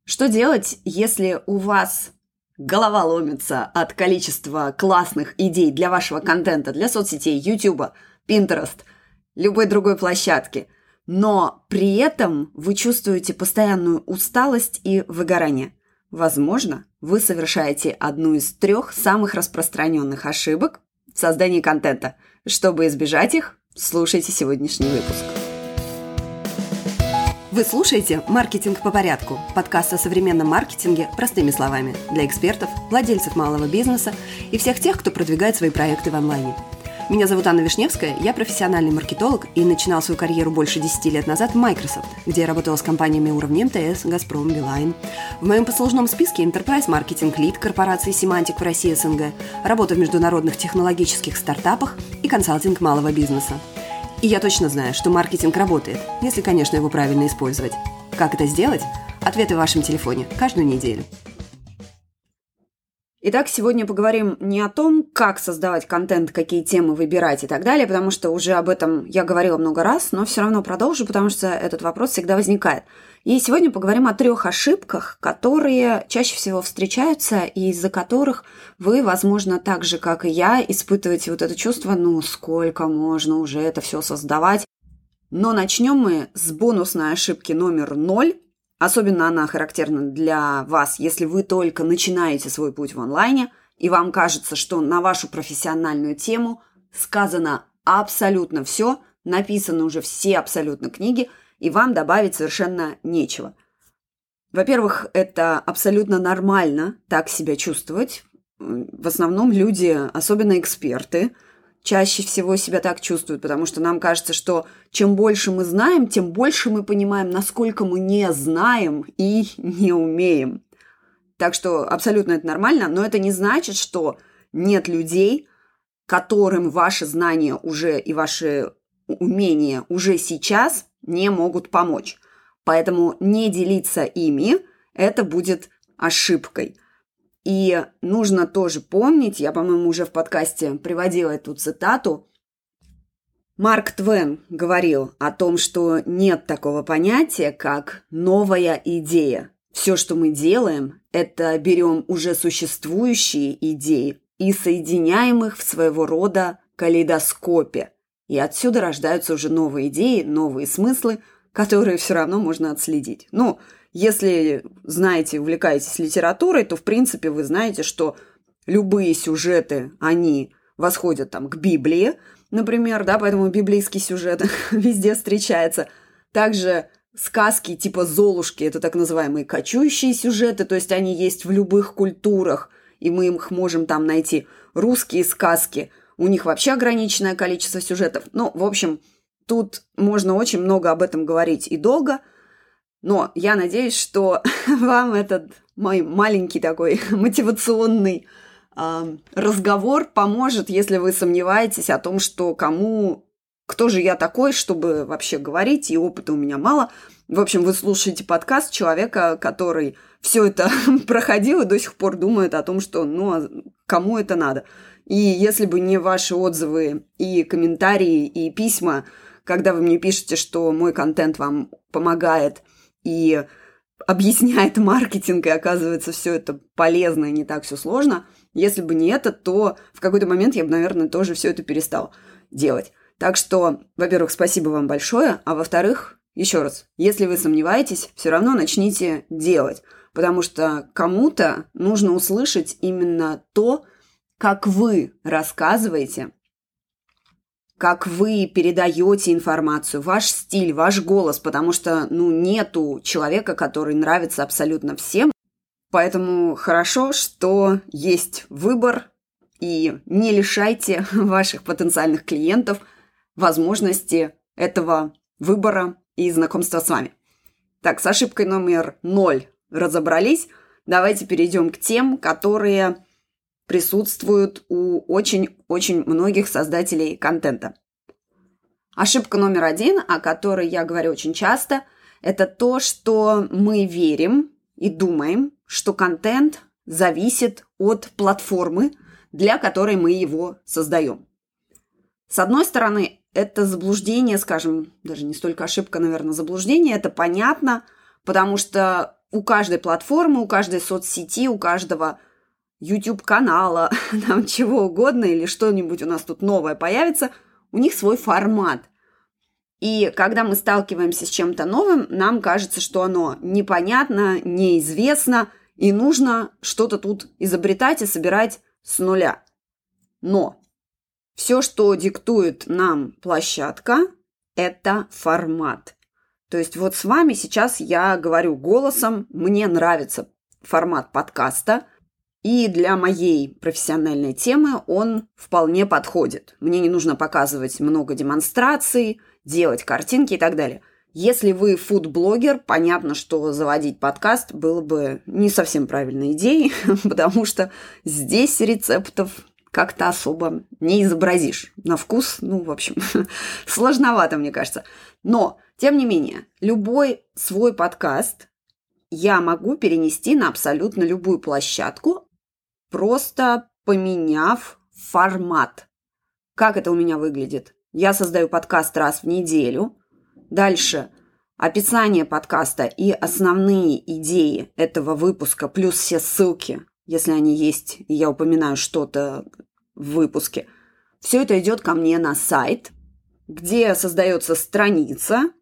Что делать, если у вас голова ломится от количества классных идей для вашего контента, для соцсетей, YouTube, Pinterest, любой другой площадки, но при этом вы чувствуете постоянную усталость и выгорание? Возможно, вы совершаете одну из 3 самых распространенных ошибок в создании контента. Чтобы избежать их, слушайте сегодняшний выпуск. Вы слушаете «Маркетинг по порядку» – подкаст о современном маркетинге простыми словами для экспертов, владельцев малого бизнеса и всех тех, кто продвигает свои проекты в онлайне. Меня зовут Анна Вишневская, я профессиональный маркетолог и начинала свою карьеру больше 10 лет назад в Microsoft, где я работала с компаниями уровня МТС, Газпром, Билайн. В моем послужном списке Enterprise Marketing Lead корпорации Symantec в России СНГ, работа в международных технологических стартапах и консалтинг малого бизнеса. И я точно знаю, что маркетинг работает, если, конечно, его правильно использовать. Как это сделать? Ответы в вашем телефоне каждую неделю. Итак, сегодня поговорим не о том, как создавать контент, какие темы выбирать и так далее, потому что уже об этом я говорила много раз, но все равно продолжу, потому что этот вопрос всегда возникает. И сегодня поговорим о 3 ошибках, которые чаще всего встречаются и из-за которых вы, возможно, так же, как и я, испытываете вот это чувство, сколько можно уже это все создавать. Но начнем мы с бонусной ошибки номер 0. Особенно она характерна для вас, если вы только начинаете свой путь в онлайне, и вам кажется, что на вашу профессиональную тему сказано абсолютно все, написаны уже все абсолютно книги, и вам добавить совершенно нечего. Во-первых, это абсолютно нормально так себя чувствовать. В основном люди, особенно эксперты, чаще всего себя так чувствуют, потому что нам кажется, что чем больше мы знаем, тем больше мы понимаем, насколько мы не знаем и не умеем. Так что абсолютно это нормально, но это не значит, что нет людей, которым ваши знания уже и ваши умения уже сейчас не могут помочь. Поэтому не делиться ими – это будет ошибкой. И нужно тоже помнить, я, по-моему, уже в подкасте приводила эту цитату, Марк Твен говорил о том, что нет такого понятия, как новая идея. Все, что мы делаем, это берем уже существующие идеи и соединяем их в своего рода калейдоскопе. И отсюда рождаются уже новые идеи, новые смыслы, которые все равно можно отследить. Если знаете, увлекаетесь литературой, то, в принципе, вы знаете, что любые сюжеты, они восходят к Библии, например, поэтому библейский сюжет везде встречается. Также сказки типа «Золушки» – это так называемые кочующие сюжеты, то есть они есть в любых культурах, и мы их можем там найти. Русские сказки, у них вообще ограниченное количество сюжетов. В общем, тут можно очень много об этом говорить и долго. Но я надеюсь, что вам этот мой маленький такой мотивационный разговор поможет, если вы сомневаетесь о том, что кто же я такой, чтобы вообще говорить, и опыта у меня мало. В общем, вы слушаете подкаст человека, который все это проходил и до сих пор думает о том, что кому это надо. И если бы не ваши отзывы и комментарии, и письма, когда вы мне пишете, что мой контент вам помогает и объясняет маркетинг, и оказывается, все это полезно и не так все сложно. Если бы не это, то в какой-то момент я бы, наверное, тоже все это перестал делать. Так что, во-первых, спасибо вам большое, а во-вторых, еще раз, если вы сомневаетесь, все равно начните делать, потому что кому-то нужно услышать именно то, как вы рассказываете, как вы передаете информацию, ваш стиль, ваш голос, потому что, нету человека, который нравится абсолютно всем. Поэтому хорошо, что есть выбор, и не лишайте ваших потенциальных клиентов возможности этого выбора и знакомства с вами. Так, с ошибкой номер 0 разобрались. Давайте перейдем к тем, которые присутствуют у очень-очень многих создателей контента. Ошибка номер 1, о которой я говорю очень часто, это то, что мы верим и думаем, что контент зависит от платформы, для которой мы его создаем. С одной стороны, это заблуждение, скажем, даже не столько ошибка, наверное, заблуждение, это понятно, потому что у каждой платформы, у каждой соцсети, у каждого YouTube-канала, там чего угодно, или что-нибудь у нас тут новое появится, у них свой формат. И когда мы сталкиваемся с чем-то новым, нам кажется, что оно непонятно, неизвестно, и нужно что-то тут изобретать и собирать с нуля. Но все, что диктует нам площадка, это формат. То есть вот с вами сейчас я говорю голосом, мне нравится формат подкаста, и для моей профессиональной темы он вполне подходит. Мне не нужно показывать много демонстраций, делать картинки и так далее. Если вы фуд-блогер, понятно, что заводить подкаст было бы не совсем правильной идеей, потому что здесь рецептов как-то особо не изобразишь. На вкус, в общем, сложновато, мне кажется. Но, тем не менее, любой свой подкаст я могу перенести на абсолютно любую площадку, просто поменяв формат. Как это у меня выглядит? Я создаю подкаст раз в неделю. Дальше описание подкаста и основные идеи этого выпуска, плюс все ссылки, если они есть, и я упоминаю что-то в выпуске. Все это идет ко мне на сайт, где создается страница,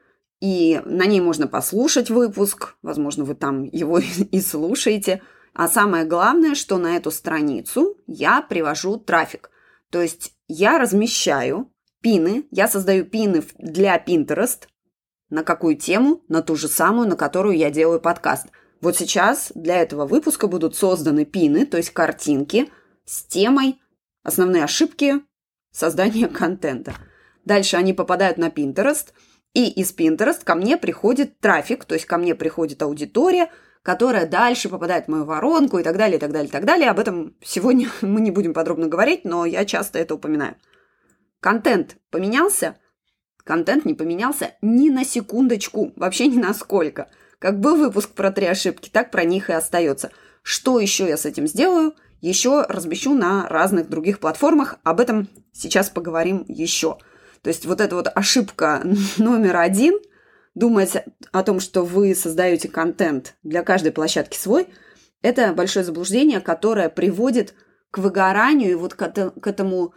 и на ней можно послушать выпуск, возможно, вы там его и слушаете. А самое главное, что на эту страницу я привожу трафик. То есть я размещаю пины, я создаю пины для Pinterest. На какую тему? На ту же самую, на которую я делаю подкаст. Вот сейчас для этого выпуска будут созданы пины, то есть картинки с темой «Основные ошибки создания контента». Дальше они попадают на Pinterest, и из Pinterest ко мне приходит трафик, то есть ко мне приходит аудитория, которая дальше попадает в мою воронку и так далее, и так далее, и так далее. Об этом сегодня мы не будем подробно говорить, но я часто это упоминаю. Контент поменялся? Контент не поменялся ни на секундочку, вообще ни на сколько. Как был выпуск про 3 ошибки, так про них и остается. Что еще я с этим сделаю? Еще размещу на разных других платформах. Об этом сейчас поговорим еще. То есть вот эта вот ошибка номер 1, думать о том, что вы создаете контент для каждой площадки свой, это большое заблуждение, которое приводит к выгоранию и вот к этому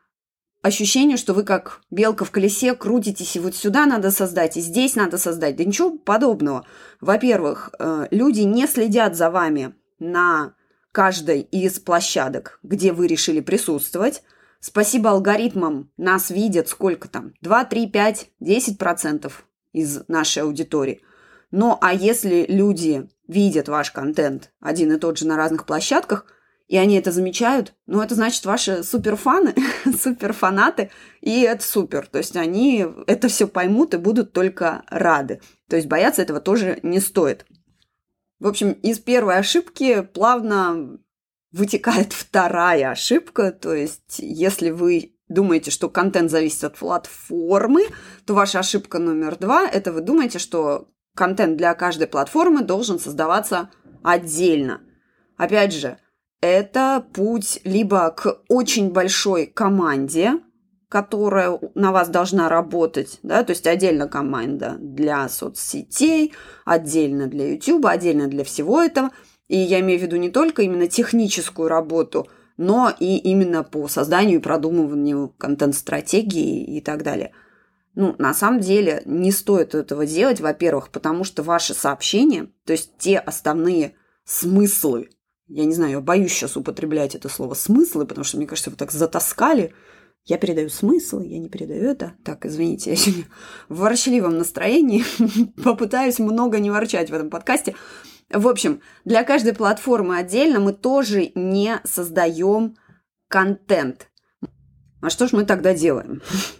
ощущению, что вы как белка в колесе крутитесь, и вот сюда надо создать, и здесь надо создать. Да ничего подобного. Во-первых, люди не следят за вами на каждой из площадок, где вы решили присутствовать. Спасибо алгоритмам, нас видят сколько там? 2, 3, 5, 10% из нашей аудитории. Ну, а если люди видят ваш контент один и тот же на разных площадках, и они это замечают, это значит ваши суперфаны, суперфанаты, и это супер. То есть они это все поймут и будут только рады. То есть бояться этого тоже не стоит. В общем, из первой ошибки плавно вытекает вторая ошибка. То есть если вы думаете, что контент зависит от платформы, то ваша ошибка номер 2 – это вы думаете, что контент для каждой платформы должен создаваться отдельно. Опять же, это путь либо к очень большой команде, которая на вас должна работать, да, то есть отдельно команда для соцсетей, отдельно для YouTube, отдельно для всего этого. И я имею в виду не только именно техническую работу, но и именно по созданию и продумыванию контент-стратегии и так далее. На самом деле не стоит этого делать, во-первых, потому что ваши сообщения, то есть те основные смыслы, я не знаю, я боюсь сейчас употреблять это слово «смыслы», потому что, мне кажется, вы так затаскали. Я передаю смыслы, я не передаю это. Так, извините, я сегодня в ворчливом настроении попытаюсь много не ворчать в этом подкасте. В общем, для каждой платформы отдельно мы тоже не создаем контент. А что ж мы тогда делаем?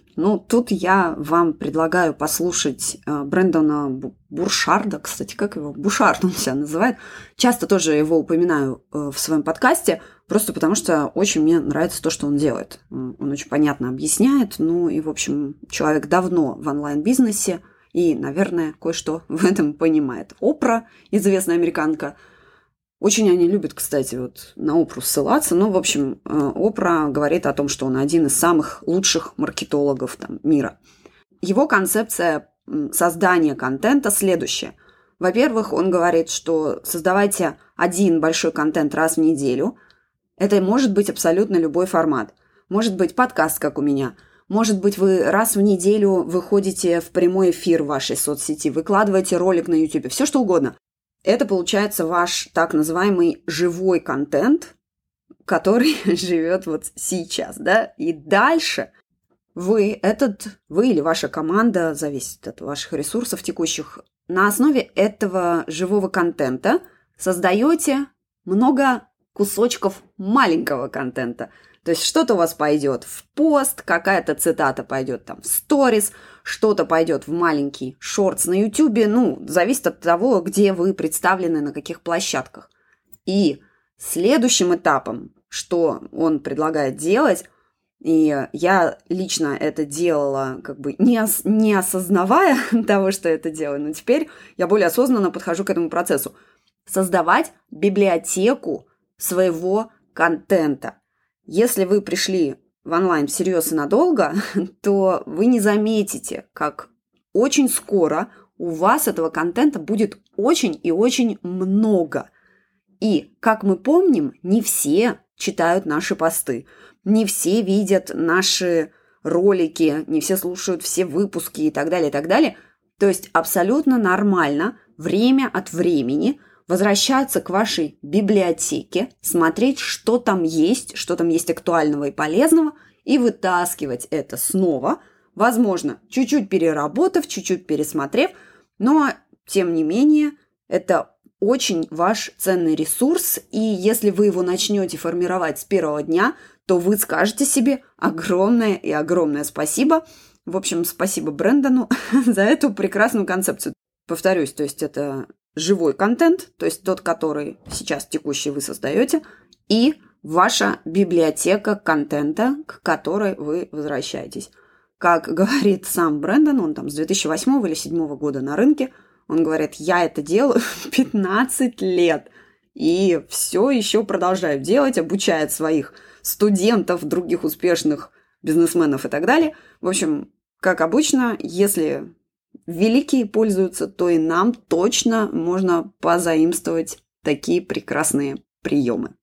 Тут я вам предлагаю послушать Брэндона Буршарда, кстати, как его? Бушард он себя называет. Часто тоже его упоминаю в своем подкасте, просто потому что очень мне нравится то, что он делает. Он очень понятно объясняет, и, в общем, человек давно в онлайн-бизнесе и, наверное, кое-что в этом понимает. Опра, известная американка, очень они любят, кстати, на Опру ссылаться. В общем, Опра говорит о том, что он один из самых лучших маркетологов мира. Его концепция создания контента следующая. Во-первых, он говорит, что создавайте один большой контент раз в неделю. Это может быть абсолютно любой формат. Может быть подкаст, как у меня. Может быть, вы раз в неделю выходите в прямой эфир в вашей соцсети, выкладываете ролик на YouTube, все что угодно. Это получается ваш так называемый живой контент, который живет вот сейчас, да? И дальше вы или ваша команда, зависит от ваших ресурсов текущих, на основе этого живого контента создаете много кусочков маленького контента. То есть что-то у вас пойдет в пост, какая-то цитата пойдет там в сторис, что-то пойдет в маленький шортс на ютубе. Зависит от того, где вы представлены, на каких площадках. И следующим этапом, что он предлагает делать, и я лично это делала не осознавая того, что это делаю, но теперь я более осознанно подхожу к этому процессу. Создавать библиотеку своего контента. Если вы пришли в онлайн всерьез и надолго, то вы не заметите, как очень скоро у вас этого контента будет очень и очень много. И, как мы помним, не все читают наши посты, не все видят наши ролики, не все слушают все выпуски и так далее, и так далее. То есть абсолютно нормально время от времени возвращаться к вашей библиотеке, смотреть, что там есть актуального и полезного, и вытаскивать это снова, возможно, чуть-чуть переработав, чуть-чуть пересмотрев, но, тем не менее, это очень ваш ценный ресурс, и если вы его начнете формировать с первого дня, то вы скажете себе огромное и огромное спасибо. В общем, спасибо Брэндону за эту прекрасную концепцию. Повторюсь, то есть это живой контент, то есть тот, который сейчас текущий вы создаете, и ваша библиотека контента, к которой вы возвращаетесь. Как говорит сам Брэндон, он там с 2008 или 2007 года на рынке, он говорит, я это делаю 15 лет, и все еще продолжаю делать, обучает своих студентов, других успешных бизнесменов и так далее. В общем, как обычно, если великие пользуются, то и нам точно можно позаимствовать такие прекрасные приемы.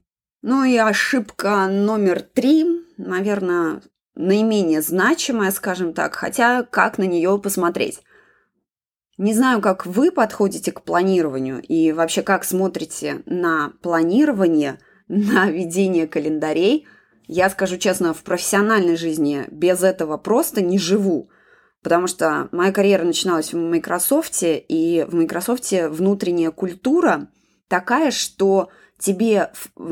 И ошибка номер 3, наверное, наименее значимая, скажем так, хотя как на нее посмотреть. Не знаю, как вы подходите к планированию и вообще как смотрите на планирование, на ведение календарей. Я скажу честно, в профессиональной жизни без этого просто не живу. Потому что моя карьера начиналась в Microsoft, и в Microsoft внутренняя культура такая, что тебе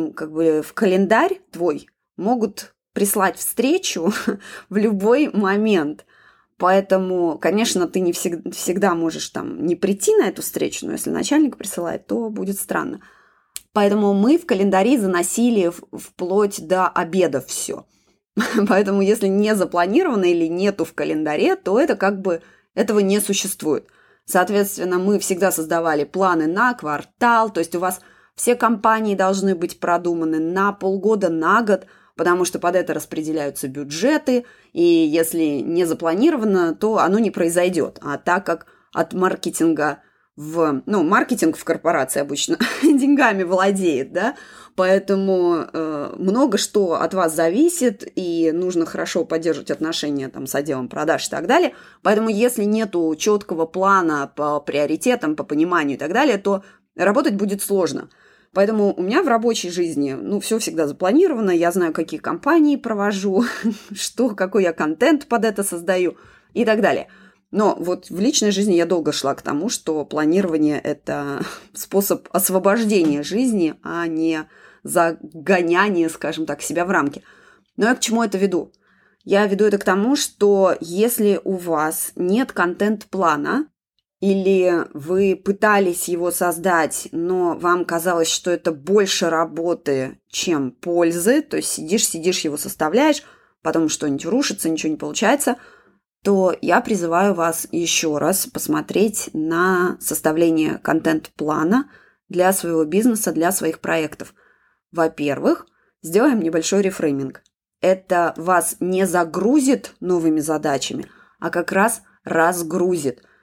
в календарь твой могут прислать встречу в любой момент. Поэтому, конечно, ты не всегда можешь там не прийти на эту встречу, но если начальник присылает, то будет странно. Поэтому мы в календари заносили вплоть до обеда все. Поэтому если не запланировано или нету в календаре, то это этого не существует. Соответственно, мы всегда создавали планы на квартал, то есть у вас все компании должны быть продуманы на полгода, на год, потому что под это распределяются бюджеты, и если не запланировано, то оно не произойдет. А так как от маркетинга маркетинг в корпорации обычно деньгами владеет, да, поэтому много что от вас зависит, и нужно хорошо поддерживать отношения там с отделом продаж и так далее. Поэтому если нету четкого плана по приоритетам, по пониманию и так далее, то работать будет сложно. Поэтому у меня в рабочей жизни, все всегда запланировано, я знаю, какие компании провожу, какой я контент под это создаю и так далее. Но вот в личной жизни я долго шла к тому, что планирование – это способ освобождения жизни, а не загоняние, скажем так, себя в рамки. Но я к чему это веду? Я веду это к тому, что если у вас нет контент-плана, или вы пытались его создать, но вам казалось, что это больше работы, чем пользы, то есть сидишь, его составляешь, потом что-нибудь рушится, ничего не получается, то я призываю вас еще раз посмотреть на составление контент-плана для своего бизнеса, для своих проектов. Во-первых, сделаем небольшой рефрейминг. Это вас не загрузит новыми задачами, а как раз разгрузит.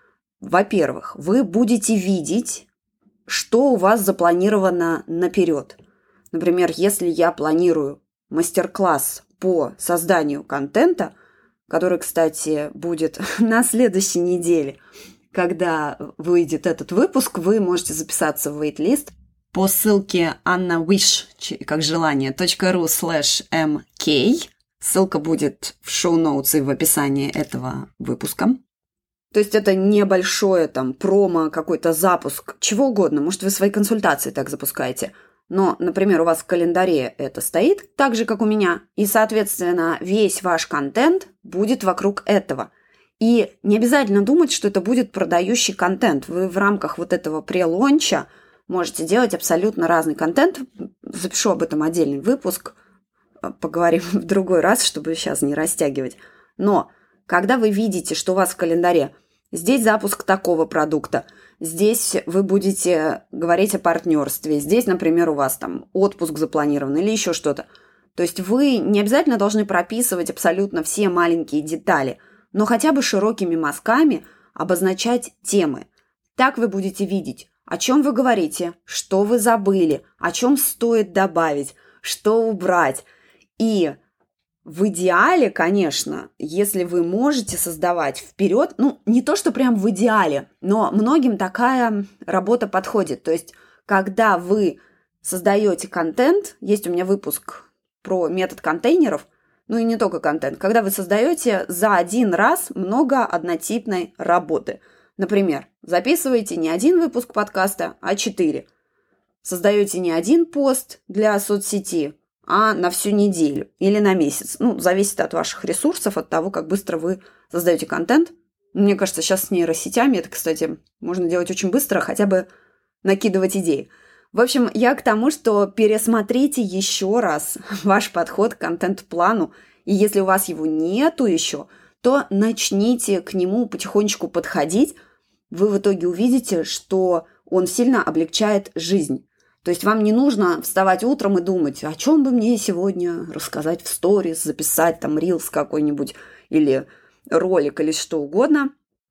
во-первых, вы будете видеть, что у вас запланировано наперед. Например, если я планирую мастер-класс по созданию контента, который, кстати, будет на следующей неделе, когда выйдет этот выпуск, вы можете записаться в wait-лист по ссылке annawish, как желание, .ru/mk. Ссылка будет в шоу-ноутс и в описании этого выпуска. То есть это небольшое там промо, какой-то запуск, чего угодно. Может, вы свои консультации так запускаете. Но, например, у вас в календаре это стоит, так же, как у меня. И, соответственно, весь ваш контент будет вокруг этого. И не обязательно думать, что это будет продающий контент. Вы в рамках вот этого прелонча можете делать абсолютно разный контент. Запишу об этом отдельный выпуск. Поговорим в другой раз, чтобы сейчас не растягивать. Но когда вы видите, что у вас в календаре здесь запуск такого продукта, здесь вы будете говорить о партнерстве, здесь, например, у вас там отпуск запланирован или еще что-то. То есть вы не обязательно должны прописывать абсолютно все маленькие детали, но хотя бы широкими мазками обозначать темы. Так вы будете видеть, о чем вы говорите, что вы забыли, о чем стоит добавить, что убрать. И в идеале, конечно, если вы можете создавать вперед, не то, что прям в идеале, но многим такая работа подходит. То есть, когда вы создаете контент, есть у меня выпуск про метод контейнеров, и не только контент, когда вы создаете за один раз много однотипной работы. Например, записываете не один выпуск подкаста, а 4. Создаете не один пост для соцсети, а на всю неделю или на месяц. Зависит от ваших ресурсов, от того, как быстро вы создаете контент. Мне кажется, сейчас с нейросетями это, кстати, можно делать очень быстро, хотя бы накидывать идеи. В общем, я к тому, что пересмотрите еще раз ваш подход к контент-плану, и если у вас его нету еще, то начните к нему потихонечку подходить. Вы в итоге увидите, что он сильно облегчает жизнь. То есть вам не нужно вставать утром и думать, о чем бы мне сегодня рассказать в сторис, записать там рилс какой-нибудь или ролик или что угодно.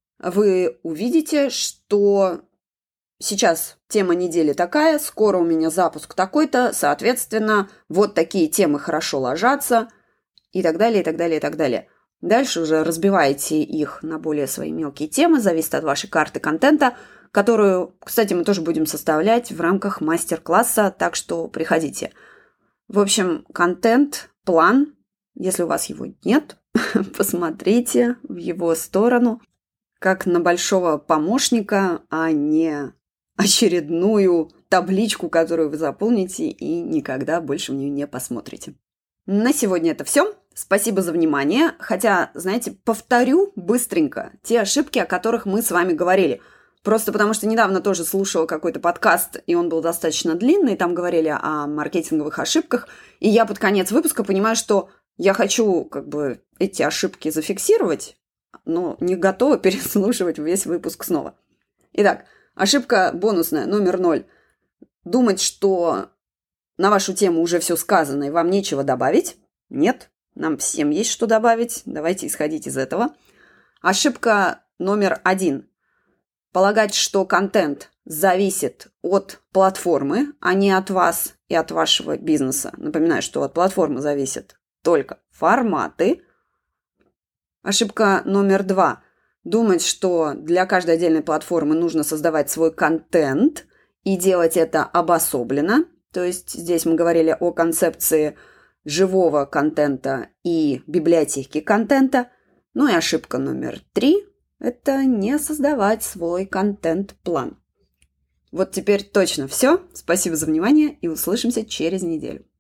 Вы увидите, что сейчас тема недели такая, скоро у меня запуск такой-то, соответственно, вот такие темы хорошо ложатся и так далее, и так далее, и так далее. Дальше уже разбиваете их на более свои мелкие темы, зависит от вашей карты контента, которую, кстати, мы тоже будем составлять в рамках мастер-класса, так что приходите. В общем, контент-план, если у вас его нет, посмотрите в его сторону, как на большого помощника, а не очередную табличку, которую вы заполните и никогда больше в нее не посмотрите. На сегодня это все. Спасибо за внимание. Хотя, знаете, повторю быстренько те ошибки, о которых мы с вами говорили. Просто потому что недавно тоже слушала какой-то подкаст, и он был достаточно длинный, там говорили о маркетинговых ошибках, и я под конец выпуска понимаю, что я хочу эти ошибки зафиксировать, но не готова переслушивать весь выпуск снова. Итак, ошибка бонусная, номер 0. Думать, что на вашу тему уже все сказано, и вам нечего добавить. Нет, нам всем есть что добавить, давайте исходить из этого. Ошибка номер 1. Полагать, что контент зависит от платформы, а не от вас и от вашего бизнеса. Напоминаю, что от платформы зависят только форматы. Ошибка номер 2. Думать, что для каждой отдельной платформы нужно создавать свой контент и делать это обособленно. То есть здесь мы говорили о концепции живого контента и библиотеки контента. И ошибка номер 3. Это не создавать свой контент-план. Вот теперь точно все. Спасибо за внимание и услышимся через неделю.